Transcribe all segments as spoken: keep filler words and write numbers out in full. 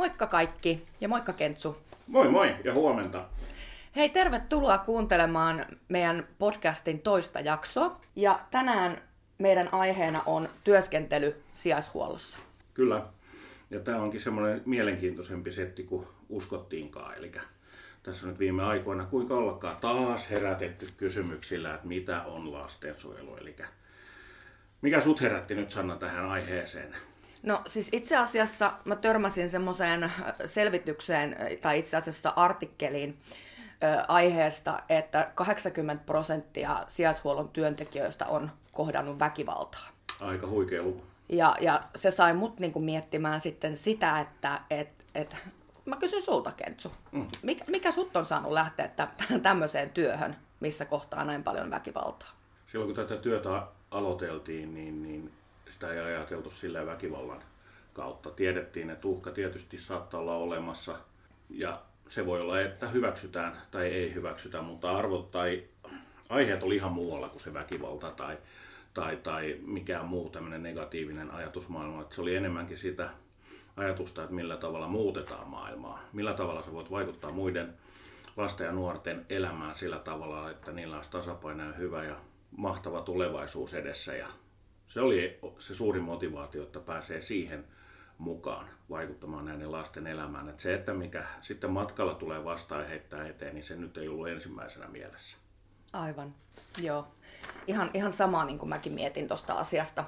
Moikka kaikki ja moikka Kentsu. Moi moi ja huomenta. Hei, tervetuloa kuuntelemaan meidän podcastin toista jaksoa. Ja tänään meidän aiheena on työskentely sijaishuollossa. Kyllä. Ja tämä onkin semmoinen mielenkiintoisempi setti kuin uskottiinkaan. Eli tässä on nyt viime aikoina kuinka ollakaan taas herätetty kysymyksillä, että mitä on lastensuojelu. Eli mikä sut herätti nyt, Sanna, tähän aiheeseen? No siis itse asiassa mä törmäsin semmoiseen selvitykseen tai itse asiassa artikkeliin ö, aiheesta, että kahdeksankymmentä prosenttia sijaishuollon työntekijöistä on kohdannut väkivaltaa. Aika huikea luku. Ja, ja se sai mut niinku miettimään sitten sitä, että et, et, mä kysyn sulta, Kentsu, mm. mikä, mikä sut on saanut lähteä tämmöiseen työhön, missä kohtaa näin paljon väkivaltaa? Silloin kun tätä työtä aloiteltiin, niin, niin sitä ei ajateltu sillä väkivallan kautta. Tiedettiin, että uhka tietysti saattaa olla olemassa ja se voi olla, että hyväksytään tai ei hyväksytä, mutta arvot tai aiheet oli ihan muualla kuin se väkivalta tai, tai, tai mikään muu tämmöinen negatiivinen ajatusmaailma. Että se oli enemmänkin sitä ajatusta, että millä tavalla muutetaan maailmaa, millä tavalla sä voit vaikuttaa muiden lasten ja nuorten elämään sillä tavalla, että niillä olisi tasapaino ja hyvä ja mahtava tulevaisuus edessä. Ja se oli se suurin motivaatio, että pääsee siihen mukaan vaikuttamaan näiden lasten elämään. Että se, että mikä sitten matkalla tulee vastaan ja heittää eteen, niin se nyt ei ollut ensimmäisenä mielessä. Aivan, joo. Ihan, ihan samaa niin kuin mäkin mietin tuosta asiasta.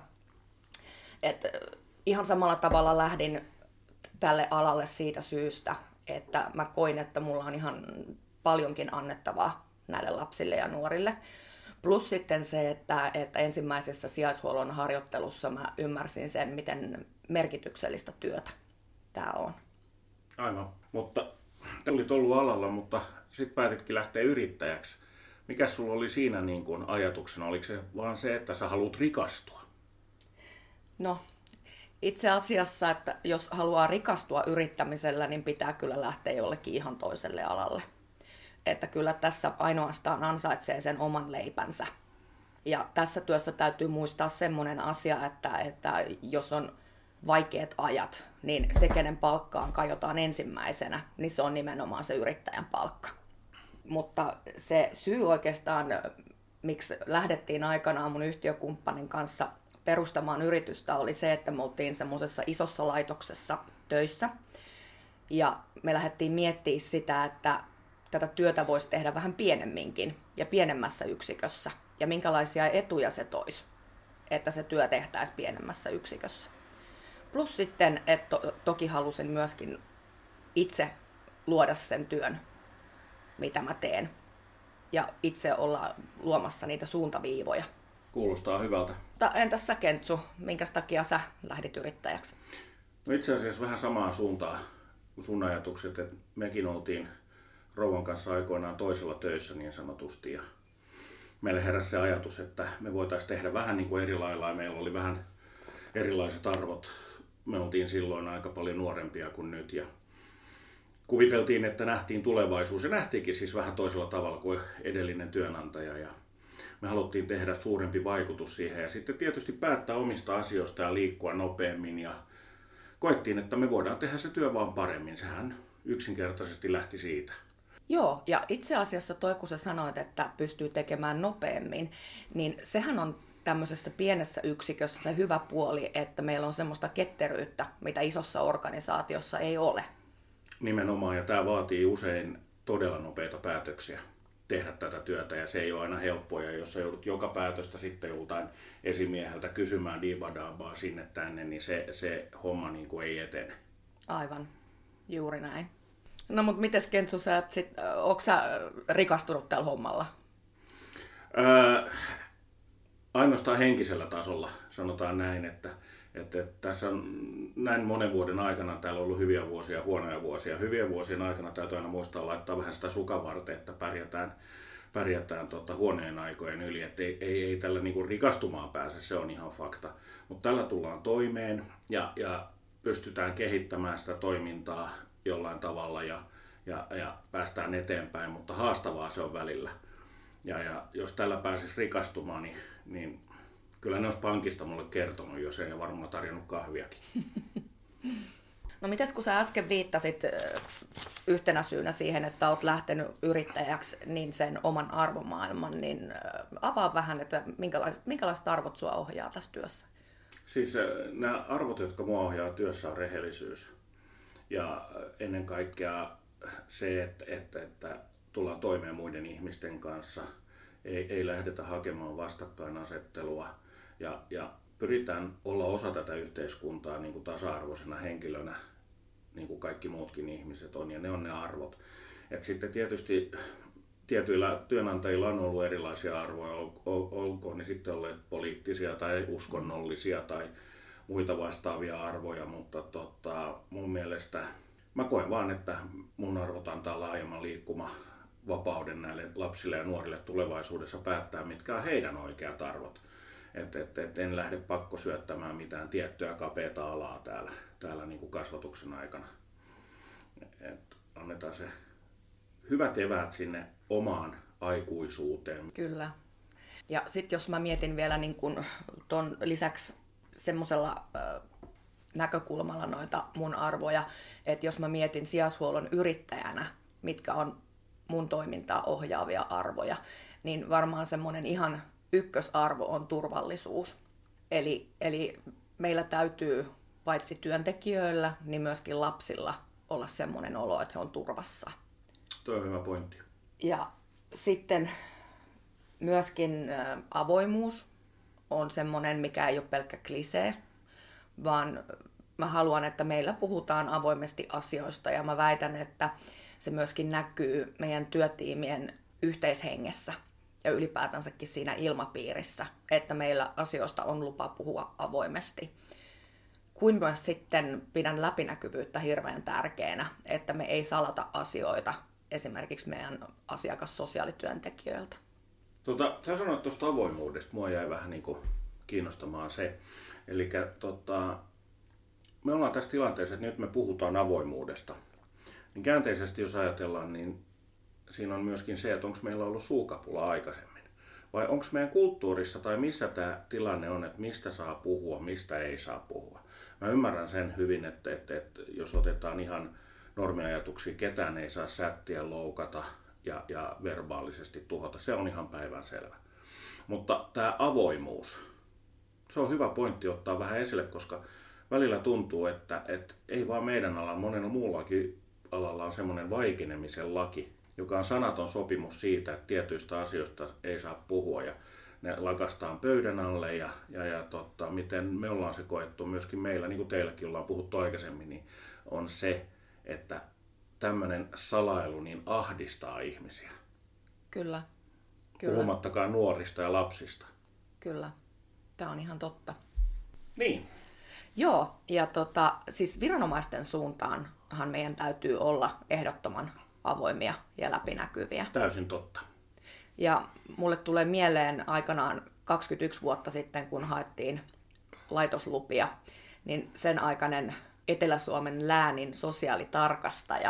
Et ihan samalla tavalla lähdin tälle alalle siitä syystä, että mä koin, että mulla on ihan paljonkin annettavaa näille lapsille ja nuorille. Plus sitten se, että, että ensimmäisessä sijaishuollon harjoittelussa mä ymmärsin sen, miten merkityksellistä työtä tämä on. Aivan, mutta te olit ollut alalla, mutta sitten päätitkin lähteä yrittäjäksi. Mikä sulla oli siinä niin kuin ajatuksena? Oliko se vaan se, että sä haluat rikastua? No, itse asiassa, että jos haluaa rikastua yrittämisellä, niin pitää kyllä lähteä jollekin ihan toiselle alalle. Että kyllä tässä ainoastaan ansaitsee sen oman leipänsä. Ja tässä työssä täytyy muistaa semmoinen asia, että, että jos on vaikeat ajat, niin se, kenen palkkaan kajotaan ensimmäisenä, niin se on nimenomaan se yrittäjän palkka. Mutta se syy oikeastaan, miksi lähdettiin aikanaan mun yhtiökumppanin kanssa perustamaan yritystä, oli se, että me oltiin semmoisessa isossa laitoksessa töissä. Ja me lähdettiin miettimään sitä, että tätä työtä voisi tehdä vähän pienemminkin ja pienemmässä yksikössä. Ja minkälaisia etuja se toisi, että se työ tehtäisiin pienemmässä yksikössä. Plus sitten, että to- toki halusin myöskin itse luoda sen työn, mitä mä teen. Ja itse olla luomassa niitä suuntaviivoja. Kuulostaa hyvältä. Mutta entäs sä, Kentsu, minkä takia sä lähdit yrittäjäksi? No itse asiassa vähän samaa suuntaa kuin sun ajatukset, että mekin oltiin rouvan kanssa aikoinaan toisella töissä niin sanotusti. Ja meille heräsi se ajatus, että me voitaisiin tehdä vähän niin kuin eri lailla ja meillä oli vähän erilaiset arvot. Me oltiin silloin aika paljon nuorempia kuin nyt ja kuviteltiin, että nähtiin tulevaisuus ja nähtiinkin siis vähän toisella tavalla kuin edellinen työnantaja. Ja me haluttiin tehdä suurempi vaikutus siihen ja sitten tietysti päättää omista asioista ja liikkua nopeammin ja koettiin, että me voidaan tehdä se työ vaan paremmin. Sehän yksinkertaisesti lähti siitä. Joo, ja itse asiassa toi, kun sä sanoit, että pystyy tekemään nopeammin, niin sehän on tämmöisessä pienessä yksikössä se hyvä puoli, että meillä on semmoista ketteryyttä, mitä isossa organisaatiossa ei ole. Nimenomaan, ja tämä vaatii usein todella nopeita päätöksiä tehdä tätä työtä, ja se ei ole aina helppoa, ja jos sä joudut joka päätöstä sitten joltain esimieheltä kysymään diivadaabaa sinne tänne, niin se, se homma niin kuin ei etene. Aivan, juuri näin. No mutta mites, Kentsu, sä, sit, ootko sä rikastunut tällä hommalla? Ää, ainoastaan henkisellä tasolla sanotaan näin, että, että, että tässä on näin monen vuoden aikana täällä on ollut hyviä vuosia ja huonoja vuosia. Hyvien vuosien aikana täytyy aina muistaa laittaa vähän sitä sukavarteen, että pärjätään, pärjätään tuota huoneen aikojen yli. Että ei, ei, ei tällä niinku rikastumaan pääse, se on ihan fakta. Mutta tällä tullaan toimeen ja, ja pystytään kehittämään sitä toimintaa jollain tavalla ja, ja, ja päästään eteenpäin, mutta haastavaa se on välillä. Ja, ja jos tällä pääsisi rikastumaan, niin, niin kyllä ne olisi pankista mulle kertonut, jos ei ne varmaan tarjonnut kahviakin. No mites kun sä äsken viittasit yhtenä syynä siihen, että oot lähtenyt yrittäjäksi, niin sen oman arvomaailman, niin avaa vähän, että minkälaiset, minkälaiset arvot sua ohjaa tässä työssä? Siis nämä arvot, jotka mua ohjaa työssä, on rehellisyys. Ja ennen kaikkea se, että, että, että tullaan toimeen muiden ihmisten kanssa, ei, ei lähdetä hakemaan vastakkainasettelua ja, ja pyritään olla osa tätä yhteiskuntaa niin kuin tasa-arvoisena henkilönä, niin kuin kaikki muutkin ihmiset on, ja ne on ne arvot. Et sitten tietysti tietyillä työnantajilla on ollut erilaisia arvoja, olkoon ne sitten olleet poliittisia tai uskonnollisia tai muita vastaavia arvoja, mutta tota, mun mielestä mä koen vaan, että mun arvot antaa laajemman liikkumavapauden näille lapsille ja nuorille tulevaisuudessa päättää, mitkä on heidän oikeat arvot. Et, et, et en lähde pakko syöttämään mitään tiettyä kapeata alaa täällä, täällä niin kuin kasvatuksen aikana. Et annetaan se hyvät eväät sinne omaan aikuisuuteen. Kyllä. Ja sitten jos mä mietin vielä niin kun ton lisäksi semmoisella äh, näkökulmalla noita mun arvoja, että jos mä mietin sijaishuollon yrittäjänä, mitkä on mun toimintaa ohjaavia arvoja, niin varmaan semmoinen ihan ykkösarvo on turvallisuus. Eli, eli meillä täytyy paitsi työntekijöillä, niin myöskin lapsilla olla semmoinen olo, että he on turvassa. Tuo on hyvä pointti. Ja sitten myöskin avoimuus on semmoinen, mikä ei ole pelkkä klisee, vaan mä haluan, että meillä puhutaan avoimesti asioista, ja mä väitän, että se myöskin näkyy meidän työtiimien yhteishengessä ja ylipäätänsäkin siinä ilmapiirissä, että meillä asioista on lupa puhua avoimesti. Kuin myös sitten pidän läpinäkyvyyttä hirveän tärkeänä, että me ei salata asioita esimerkiksi meidän asiakassosiaalityöntekijöiltä. Tota, sä sanoit tuosta avoimuudesta, mua jäi vähän niin kuin kiinnostamaan se. Eli tota, me ollaan tässä tilanteessa, että nyt me puhutaan avoimuudesta. Niin käänteisesti jos ajatellaan, niin siinä on myöskin se, että onko meillä ollut suukapula aikaisemmin. Vai onko meidän kulttuurissa tai missä tämä tilanne on, että mistä saa puhua, mistä ei saa puhua. Mä ymmärrän sen hyvin, että, että, että jos otetaan ihan normiajatuksia, ketään ei saa sättiä, loukata ja, ja verbaalisesti tuhota. Se on ihan päivänselvä. Mutta tämä avoimuus, se on hyvä pointti ottaa vähän esille, koska välillä tuntuu, että, että ei vaan meidän alalla, monella muullakin alalla on semmoinen vaikenemisen laki, joka on sanaton sopimus siitä, että tietyistä asioista ei saa puhua ja ne lakastaan pöydän alle ja, ja, ja tota, miten me ollaan se koettu myöskin meillä, niin kuin teilläkin ollaan puhuttu aikaisemmin, niin on se, että tämmöinen salailu niin ahdistaa ihmisiä. Kyllä. Kyllä. Puhumattakaan nuorista ja lapsista. Kyllä. Tämä on ihan totta. Niin. Joo, ja tota, siis viranomaisten suuntaanhan meidän täytyy olla ehdottoman avoimia ja läpinäkyviä. Täysin totta. Ja mulle tulee mieleen aikanaan kaksikymmentäyksi vuotta sitten, kun haettiin laitoslupia, niin sen aikainen Etelä-Suomen läänin sosiaalitarkastaja,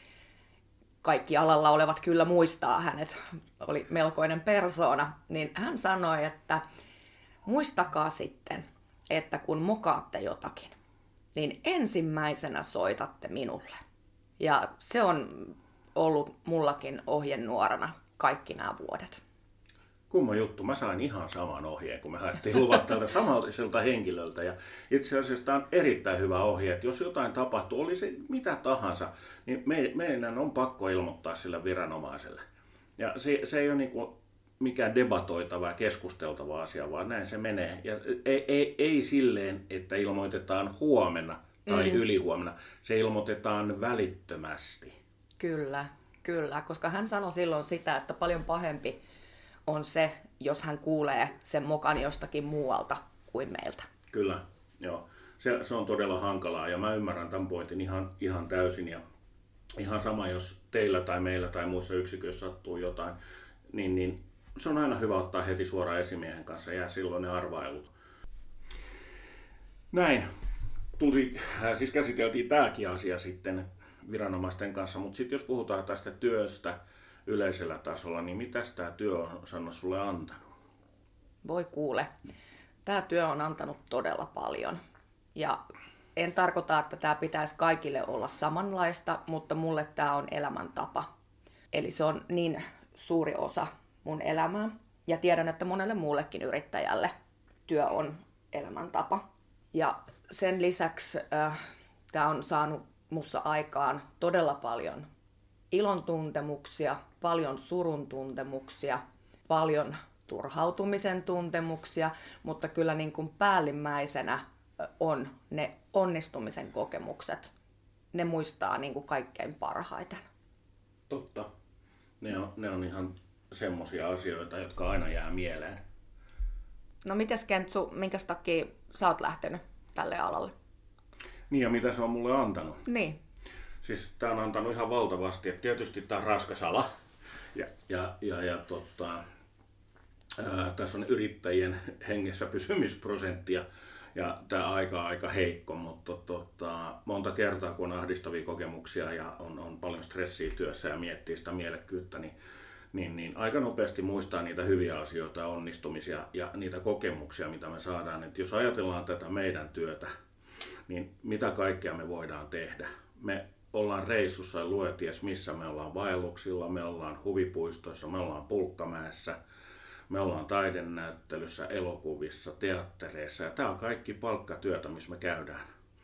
kaikki alalla olevat kyllä muistaa, hänet oli melkoinen persoona, niin hän sanoi, että muistakaa sitten, että kun mokaatte jotakin, niin ensimmäisenä soitatte minulle. Ja se on ollut mullakin ohjenuorana kaikki nämä vuodet. Kumma juttu. Mä sain ihan saman ohjeen, kun me haettiin luvat tältä samalliselta henkilöltä. Ja itse asiassa tämä on erittäin hyvä ohje, että jos jotain tapahtuu, oli se mitä tahansa, niin me, meidän on pakko ilmoittaa sille viranomaiselle. Ja se, se ei ole niin kuin mikään debatoitava ja keskusteltava asia, vaan näin se menee. Ja ei, ei, ei silleen, että ilmoitetaan huomenna tai mm. ylihuomenna. Se ilmoitetaan välittömästi. Kyllä, kyllä, koska hän sanoi silloin sitä, että paljon pahempi on se, jos hän kuulee sen mokan jostakin muualta kuin meiltä. Kyllä, joo. Se, se on todella hankalaa ja mä ymmärrän tämän pointin ihan, ihan täysin. Ja ihan sama, jos teillä tai meillä tai muissa yksiköissä sattuu jotain, niin, niin se on aina hyvä ottaa heti suoraan esimiehen kanssa, jää silloin ne arvailut. Näin. Tuli, äh, siis käsiteltiin tämäkin asia sitten viranomaisten kanssa, mutta sitten jos puhutaan tästä työstä yleisellä tasolla, niin mitäs tämä työ on, Sanna, sulle antanut? Voi kuule, tämä työ on antanut todella paljon. Ja en tarkoita, että tämä pitäisi kaikille olla samanlaista, mutta mulle tämä on elämäntapa. Eli se on niin suuri osa mun elämää. Ja tiedän, että monelle muullekin yrittäjälle työ on elämäntapa. Ja sen lisäksi äh, tämä on saanut mussa aikaan todella paljon ilon tuntemuksia, paljon surun tuntemuksia, paljon turhautumisen tuntemuksia, mutta kyllä niin kuin päällimmäisenä on ne onnistumisen kokemukset. Ne muistaa niin kuin kaikkein parhaiten. Totta. Ne on, ne on ihan semmoisia asioita, jotka aina jää mieleen. No mites Kentsu, minkä takia sä oot lähtenyt tälle alalle? Niin ja mitä se on mulle antanut? Niin. Siis tää on antanut ihan valtavasti, että tietysti tää on raskas ala. Ja, ja, ja, ja tota, ää, tässä on yrittäjien hengessä pysymisprosenttia. Ja tämä aika aika heikko, mutta tota, monta kertaa kun on ahdistavia kokemuksia ja on, on paljon stressiä työssä ja miettii sitä mielekkyyttä, niin, niin, niin aika nopeasti muistaa niitä hyviä asioita ja onnistumisia ja niitä kokemuksia, mitä me saadaan. Et jos ajatellaan tätä meidän työtä, niin mitä kaikkea me voidaan tehdä? Me ollaan reissussa ja lueties missä, me ollaan vaelluksilla, me ollaan huvipuistoissa, me ollaan Pulkkamäessä, me ollaan taidenäyttelyssä, elokuvissa, teattereissa ja tämä on kaikki palkkatyötä, missä me käydään.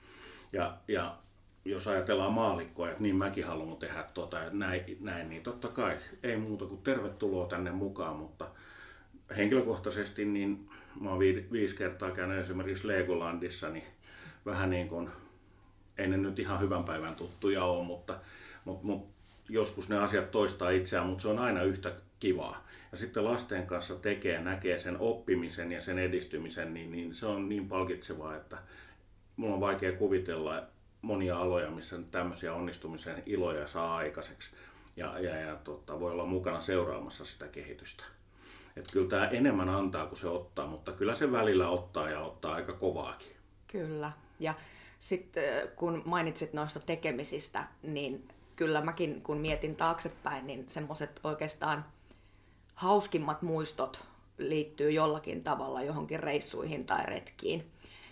Ja, ja jos ajatellaan maallikkoa, että niin mäkin haluan tehdä tota ja näin, näin, niin totta kai ei muuta kuin tervetuloa tänne mukaan, mutta henkilökohtaisesti niin mä oon vi, viisi kertaa käynyt esimerkiksi Legolandissa, niin vähän niin kuin, ei ne nyt ihan hyvän päivän tuttuja ole, mutta, mutta, mutta joskus ne asiat toistaa itseään, mutta se on aina yhtä kivaa. Ja sitten lasten kanssa tekee, näkee sen oppimisen ja sen edistymisen, niin, niin se on niin palkitsevaa, että mulla on vaikea kuvitella monia aloja, missä tämmöisiä onnistumisen iloja saa aikaiseksi. Ja, ja, ja tota, voi olla mukana seuraamassa sitä kehitystä. Että kyllä tämä enemmän antaa kuin se ottaa, mutta kyllä se välillä ottaa ja ottaa aika kovaakin. Kyllä. Ja sitten kun mainitsit noista tekemisistä, niin kyllä mäkin kun mietin taaksepäin, niin semmoiset oikeastaan hauskimmat muistot liittyy jollakin tavalla johonkin reissuihin tai retkiin.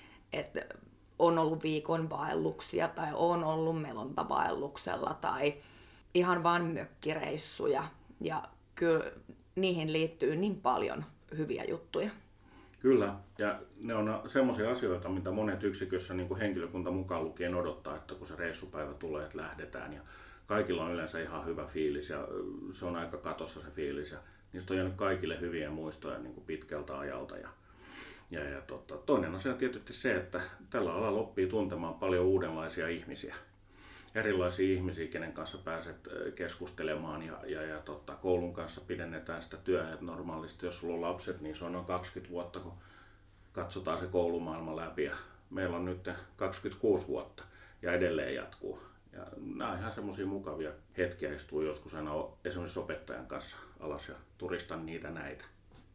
Et on ollut viikon vaelluksia tai on ollut melontavaelluksella tai ihan vaan mökkireissuja. Ja kyllä niihin liittyy niin paljon hyviä juttuja. Kyllä, ja ne on semmoisia asioita, mitä monet yksikössä niin kuin henkilökunta mukaan lukien odottaa, että kun se reissupäivä tulee, että lähdetään. Ja kaikilla on yleensä ihan hyvä fiilis ja se on aika katossa se fiilis. Ja niistä on jäänyt kaikille hyviä muistoja niin kuin pitkältä ajalta. Ja, ja, ja tota, toinen asia on tietysti se, että tällä alalla oppii tuntemaan paljon uudenlaisia ihmisiä. Erilaisia ihmisiä, kenen kanssa pääset keskustelemaan ja, ja, ja tota, koulun kanssa pidennetään sitä työtä. Normaalisti jos sulla on lapset, niin se on noin kaksikymmentä vuotta, kun katsotaan se koulumaailma läpi. Ja meillä on nyt kaksikymmentäkuusi vuotta ja edelleen jatkuu. Ja nämä on ihan semmoisia mukavia hetkiä, istuu joskus aina esimerkiksi opettajan kanssa alas ja turistan niitä näitä.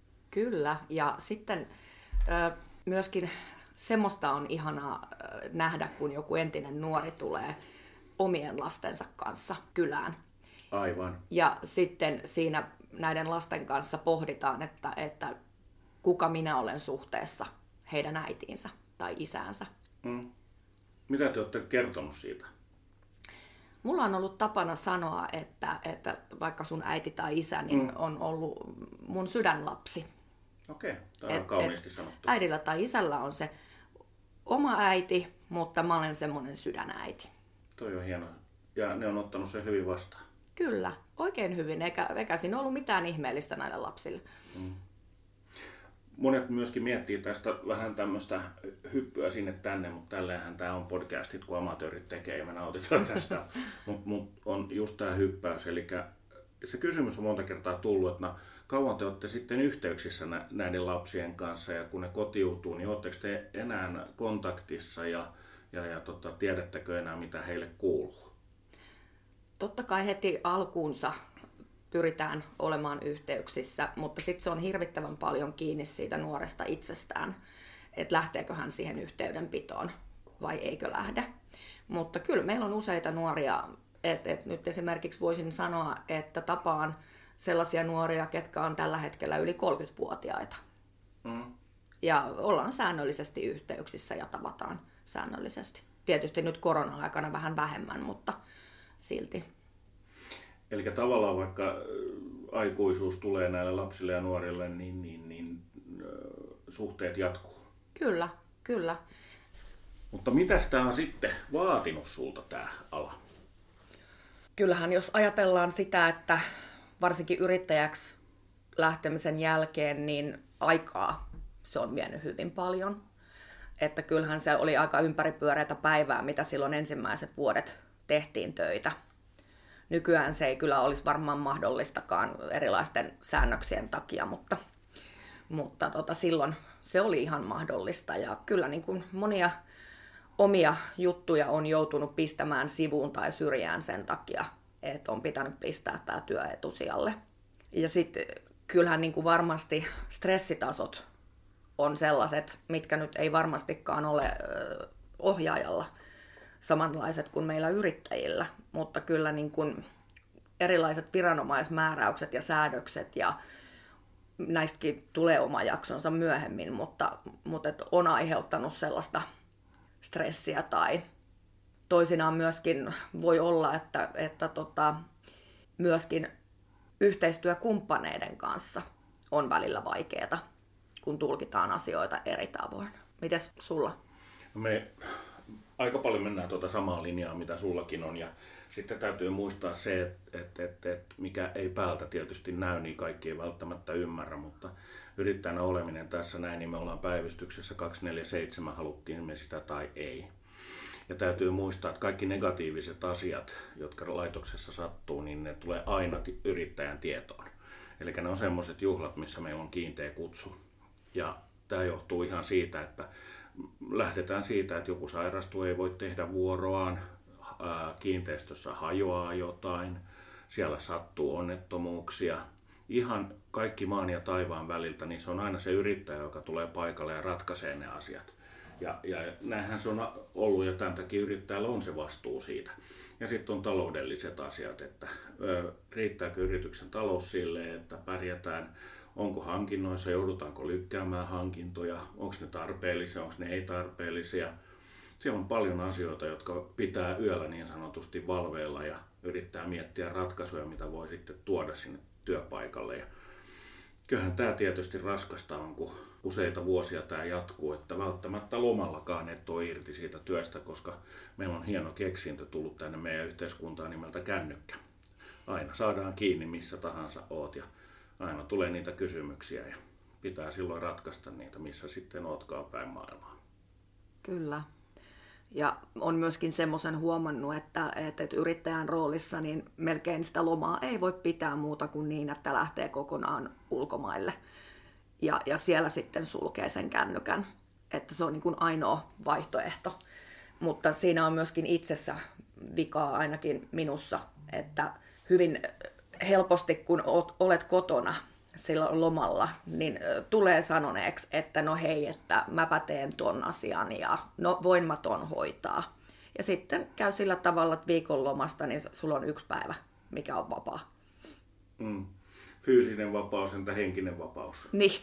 Kyllä, ja sitten myöskin semmoista on ihanaa nähdä, kun joku entinen nuori tulee omien lastensa kanssa kylään. Aivan. Ja sitten siinä näiden lasten kanssa pohditaan, että, että kuka minä olen suhteessa heidän äitiinsä tai isäänsä. Mm. Mitä te olette kertonut siitä? Mulla on ollut tapana sanoa, että, että vaikka sun äiti tai isä niin mm. on ollut mun sydänlapsi. Okei, tämä on et, kauniisti et sanottu. Äidillä tai isällä on se oma äiti, mutta mä olen semmoinen sydänäiti. Toi on hienoa. Ja ne on ottanut sen hyvin vastaan. Kyllä, oikein hyvin. Eikä, eikä siinä ollut mitään ihmeellistä näille lapsille. Mm. Monet myöskin miettii tästä vähän tämmöistä hyppyä sinne tänne, mutta tälleenhän tämä on podcastit, kun amatöörit tekee ja me nautitaan tästä. Mutta mut on just tämä hyppäys. Eli se kysymys on monta kertaa tullut, että no, kauan te olette sitten yhteyksissä näiden lapsien kanssa ja kun ne kotiutuu, niin oletteko te enää kontaktissa ja, ja, ja tota, tiedättekö enää mitä heille kuuluu? Totta kai heti alkuunsa pyritään olemaan yhteyksissä, mutta sitten se on hirvittävän paljon kiinni siitä nuoresta itsestään, että lähteekö hän siihen yhteydenpitoon vai eikö lähde. Mutta kyllä meillä on useita nuoria, että et nyt esimerkiksi voisin sanoa, että tapaan sellaisia nuoria, ketkä on tällä hetkellä yli kolmekymmentävuotiaita. Mm. Ja ollaan säännöllisesti yhteyksissä ja tavataan säännöllisesti. Tietysti nyt korona-aikana vähän vähemmän, mutta silti. Eli tavallaan vaikka aikuisuus tulee näille lapsille ja nuorille, niin, niin, niin suhteet jatkuu. Kyllä, kyllä. Mutta mitäs tämä on sitten vaatinut sulta tämä ala? Kyllähän jos ajatellaan sitä, että varsinkin yrittäjäksi lähtemisen jälkeen, niin aikaa se on vienyt hyvin paljon. Että kyllähän se oli aika ympäripyöreätä päivää, mitä silloin ensimmäiset vuodet tehtiin töitä. Nykyään se ei kyllä olisi varmaan mahdollistakaan erilaisten säännöksien takia, mutta, mutta tota, silloin se oli ihan mahdollista. Ja kyllä niin kuin monia omia juttuja on joutunut pistämään sivuun tai syrjään sen takia, että on pitänyt pistää tämä työ etusijalle. Ja sitten kyllähän niin kuin varmasti stressitasot on sellaiset, mitkä nyt ei varmastikaan ole ohjaajalla samanlaiset kuin meillä yrittäjillä, mutta kyllä niin kuin erilaiset viranomaismääräykset ja säädökset ja näistäkin tulee oma jaksonsa myöhemmin, mutta, mutta on aiheuttanut sellaista stressiä tai toisinaan myöskin voi olla, että, että tota, myöskin yhteistyökumppaneiden kanssa on välillä vaikeaa, kun tulkitaan asioita eri tavoin. Mites sulla? Me aika paljon mennään tuota samaa linjaa, mitä sullakin on, ja sitten täytyy muistaa se, että, että, että, että mikä ei päältä tietysti näy, niin kaikki ei välttämättä ymmärrä, mutta yrittäjänä oleminen tässä näin, niin me ollaan päivystyksessä kaksikymmentäneljä seitsemän, haluttiin me sitä tai ei. Ja täytyy muistaa, että kaikki negatiiviset asiat, jotka laitoksessa sattuu, niin ne tulee aina yrittäjän tietoon. Eli ne on semmoiset juhlat, missä meillä on kiinteä kutsu. Ja tämä johtuu ihan siitä, että lähdetään siitä, että joku sairastuu, ei voi tehdä vuoroaan, kiinteistössä hajoaa jotain, siellä sattuu onnettomuuksia. Ihan kaikki maan ja taivaan väliltä, niin se on aina se yrittäjä, joka tulee paikalle ja ratkaisee ne asiat. Ja, ja näinhän se on ollut, ja tämän takia yrittäjällä on se vastuu siitä. Ja sitten on taloudelliset asiat, että ö, riittääkö yrityksen talous sille, että pärjätään, onko hankinnoissa, joudutaanko lykkäämään hankintoja, onko ne tarpeellisia, onko ne ei tarpeellisia. Siellä on paljon asioita, jotka pitää yöllä niin sanotusti valveilla ja yrittää miettiä ratkaisuja, mitä voi sitten tuoda sinne työpaikalle. Ja kyllähän tämä tietysti raskasta on, kun useita vuosia tämä jatkuu, että välttämättä lomallakaan et ole irti siitä työstä, koska meillä on hieno keksintö tullut tänne meidän yhteiskuntaan nimeltä kännykkä. Aina saadaan kiinni missä tahansa oot ja aina tulee niitä kysymyksiä ja pitää silloin ratkaista niitä, missä sitten ootkaan päin maailmaa. Kyllä. Ja on myöskin semmoisen huomannut, että, että yrittäjän roolissa niin melkein sitä lomaa ei voi pitää muuta kuin niin, että lähtee kokonaan ulkomaille. Ja, ja siellä sitten sulkee sen kännykän, että se on niin kuin ainoa vaihtoehto. Mutta siinä on myöskin itsessä vikaa ainakin minussa, että hyvin helposti kun olet kotona silloin lomalla, niin tulee sanoneeksi, että no hei, että mäpä teen ton asian ja no voin mä ton hoitaa. Ja sitten käy sillä tavalla, että viikon lomasta niin sulla on yksi päivä, mikä on vapaa. Mm. Fyysinen vapaus, entä henkinen vapaus? Niin.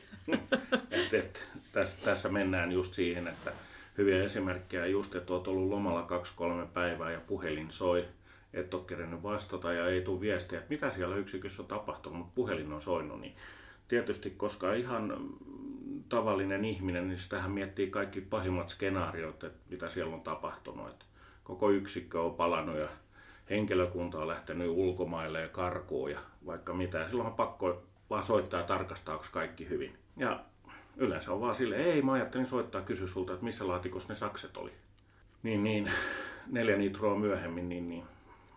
et, et, tässä, tässä mennään just siihen, että hyviä esimerkkejä just, että olet ollut lomalla kaksi kolme päivää ja puhelin soi, et ole kerennyt vastata ja ei tule viestiä, että mitä siellä yksikössä on tapahtunut, mutta puhelin on soinut. Niin tietysti, koska ihan tavallinen ihminen, niin sitähän miettii kaikki pahimmat skenaariot, että mitä siellä on tapahtunut. Että koko yksikkö on palannut ja henkilökunta on lähtenyt ulkomaille ja karkuun ja vaikka mitä. Silloin on pakko vaan soittaa ja tarkastaa, onko kaikki hyvin. Ja yleensä on vaan silleen, ei mä ajattelin soittaa kysyä sulta, että missä laatikossa ne sakset oli. Niin, niin neljä nitroa myöhemmin, niin, niin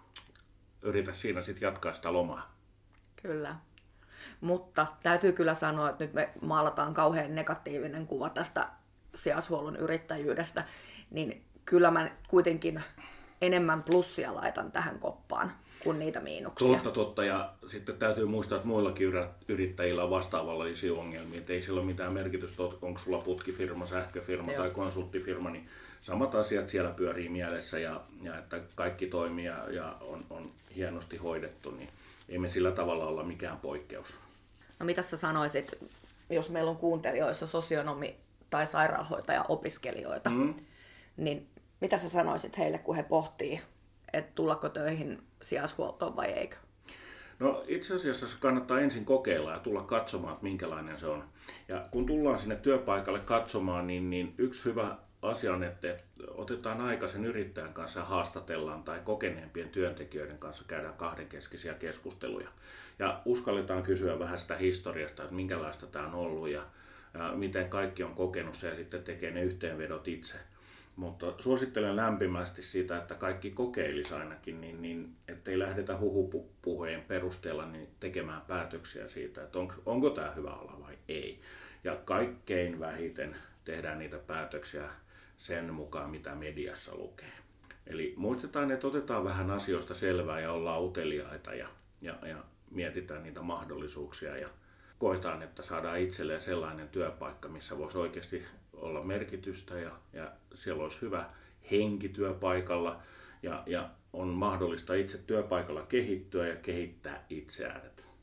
yritä siinä sitten jatkaa sitä lomaa. Kyllä. Mutta täytyy kyllä sanoa, että nyt me maalataan kauhean negatiivinen kuva tästä sijaishuollon yrittäjyydestä, niin kyllä mä kuitenkin enemmän plussia laitan tähän koppaan kuin niitä miinuksia. Totta, totta. Ja sitten täytyy muistaa, että muillakin yrittäjillä on vastaavallisia ongelmia. Et ei sillä ole mitään merkitystä, onko sulla putkifirma, sähköfirma Joo. tai konsulttifirma, niin samat asiat siellä pyörii mielessä ja, ja että kaikki toimii ja, ja on, on hienosti hoidettu, niin ei me sillä tavalla olla mikään poikkeus. No mitä sä sanoisit, jos meillä on kuuntelijoissa sosionomi tai sairaanhoitaja-opiskelijoita, mm. niin Mitä sä sanoisit heille, kun he pohtii, että tullako töihin sijaishuoltoon vai eikö? No itse asiassa se kannattaa ensin kokeilla ja tulla katsomaan, että minkälainen se on. Ja kun tullaan sinne työpaikalle katsomaan, niin, niin yksi hyvä asia on, että otetaan aika sen yrittäjän kanssa ja haastatellaan tai kokeneempien työntekijöiden kanssa käydään kahdenkeskisiä keskusteluja. Ja uskalletaan kysyä vähän sitä historiasta, että minkälaista tämä on ollut ja, ja miten kaikki on kokenut se ja sitten tekee ne yhteenvedot itse. Mutta suosittelen lämpimästi sitä, että kaikki kokeilisi ainakin, niin, niin ettei lähdetä huhupuheen perusteella niin tekemään päätöksiä siitä, että onko, onko tämä hyvä ala vai ei. Ja kaikkein vähiten tehdään niitä päätöksiä sen mukaan, mitä mediassa lukee. Eli muistetaan, että otetaan vähän asioista selvää ja ollaan uteliaita ja, ja, ja mietitään niitä mahdollisuuksia ja koetaan, että saadaan itselleen sellainen työpaikka, missä voisi oikeasti olla merkitystä ja, ja siellä olisi hyvä henki työpaikalla ja, ja on mahdollista itse työpaikalla kehittyä ja kehittää itseään.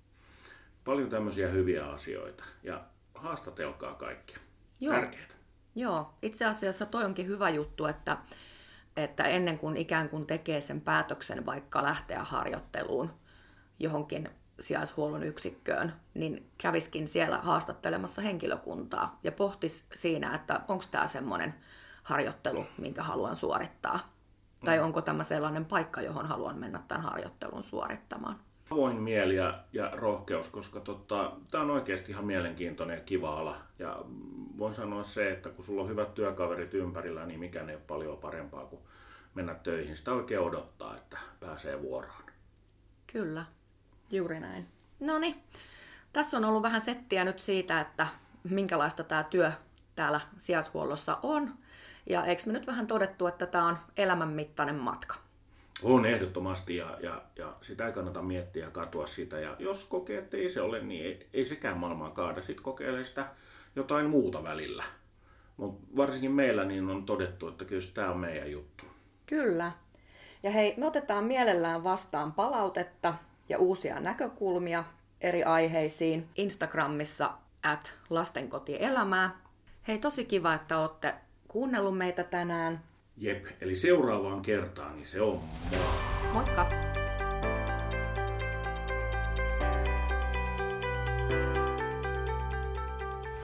Paljon tämmöisiä hyviä asioita ja haastatelkaa kaikkia. Joo. Tärkeää. Joo, itse asiassa toi onkin hyvä juttu, että, että ennen kuin ikään kuin tekee sen päätöksen vaikka lähteä harjoitteluun johonkin sijaishuollon yksikköön, niin käviskin siellä haastattelemassa henkilökuntaa ja pohtis siinä, että onko tämä semmoinen harjoittelu, minkä haluan suorittaa. Mm. Tai onko tämä sellainen paikka, johon haluan mennä tämän harjoittelun suorittamaan. Avoin mieli ja, ja rohkeus, koska tota, tämä on oikeasti ihan mielenkiintoinen ja kiva ala. Ja voin sanoa se, että kun sulla on hyvät työkaverit ympärillä, niin mikään ei ole paljon parempaa kuin mennä töihin. Sitä oikein odottaa, että pääsee vuoroon. Kyllä. Juuri näin. Noniin, tässä on ollut vähän settiä nyt siitä, että minkälaista tämä työ täällä sijaishuollossa on. Ja eikö me nyt vähän todettu, että tämä on elämänmittainen matka? On ehdottomasti ja, ja, ja sitä ei kannata miettiä ja katua sitä. Ja jos kokee, että ei se ole, niin ei, ei sekään maailmaa kaada. Sitten kokeilee sitä jotain muuta välillä. Mutta varsinkin meillä niin on todettu, että kyllä tämä on meidän juttu. Kyllä. Ja hei, me otetaan mielellään vastaan palautetta ja uusia näkökulmia eri aiheisiin Instagramissa at lastenkotielämää. Hei, tosi kiva, että olette kuunnellut meitä tänään. Jep, eli seuraavaan kertaan, niin se on moi. Moikka!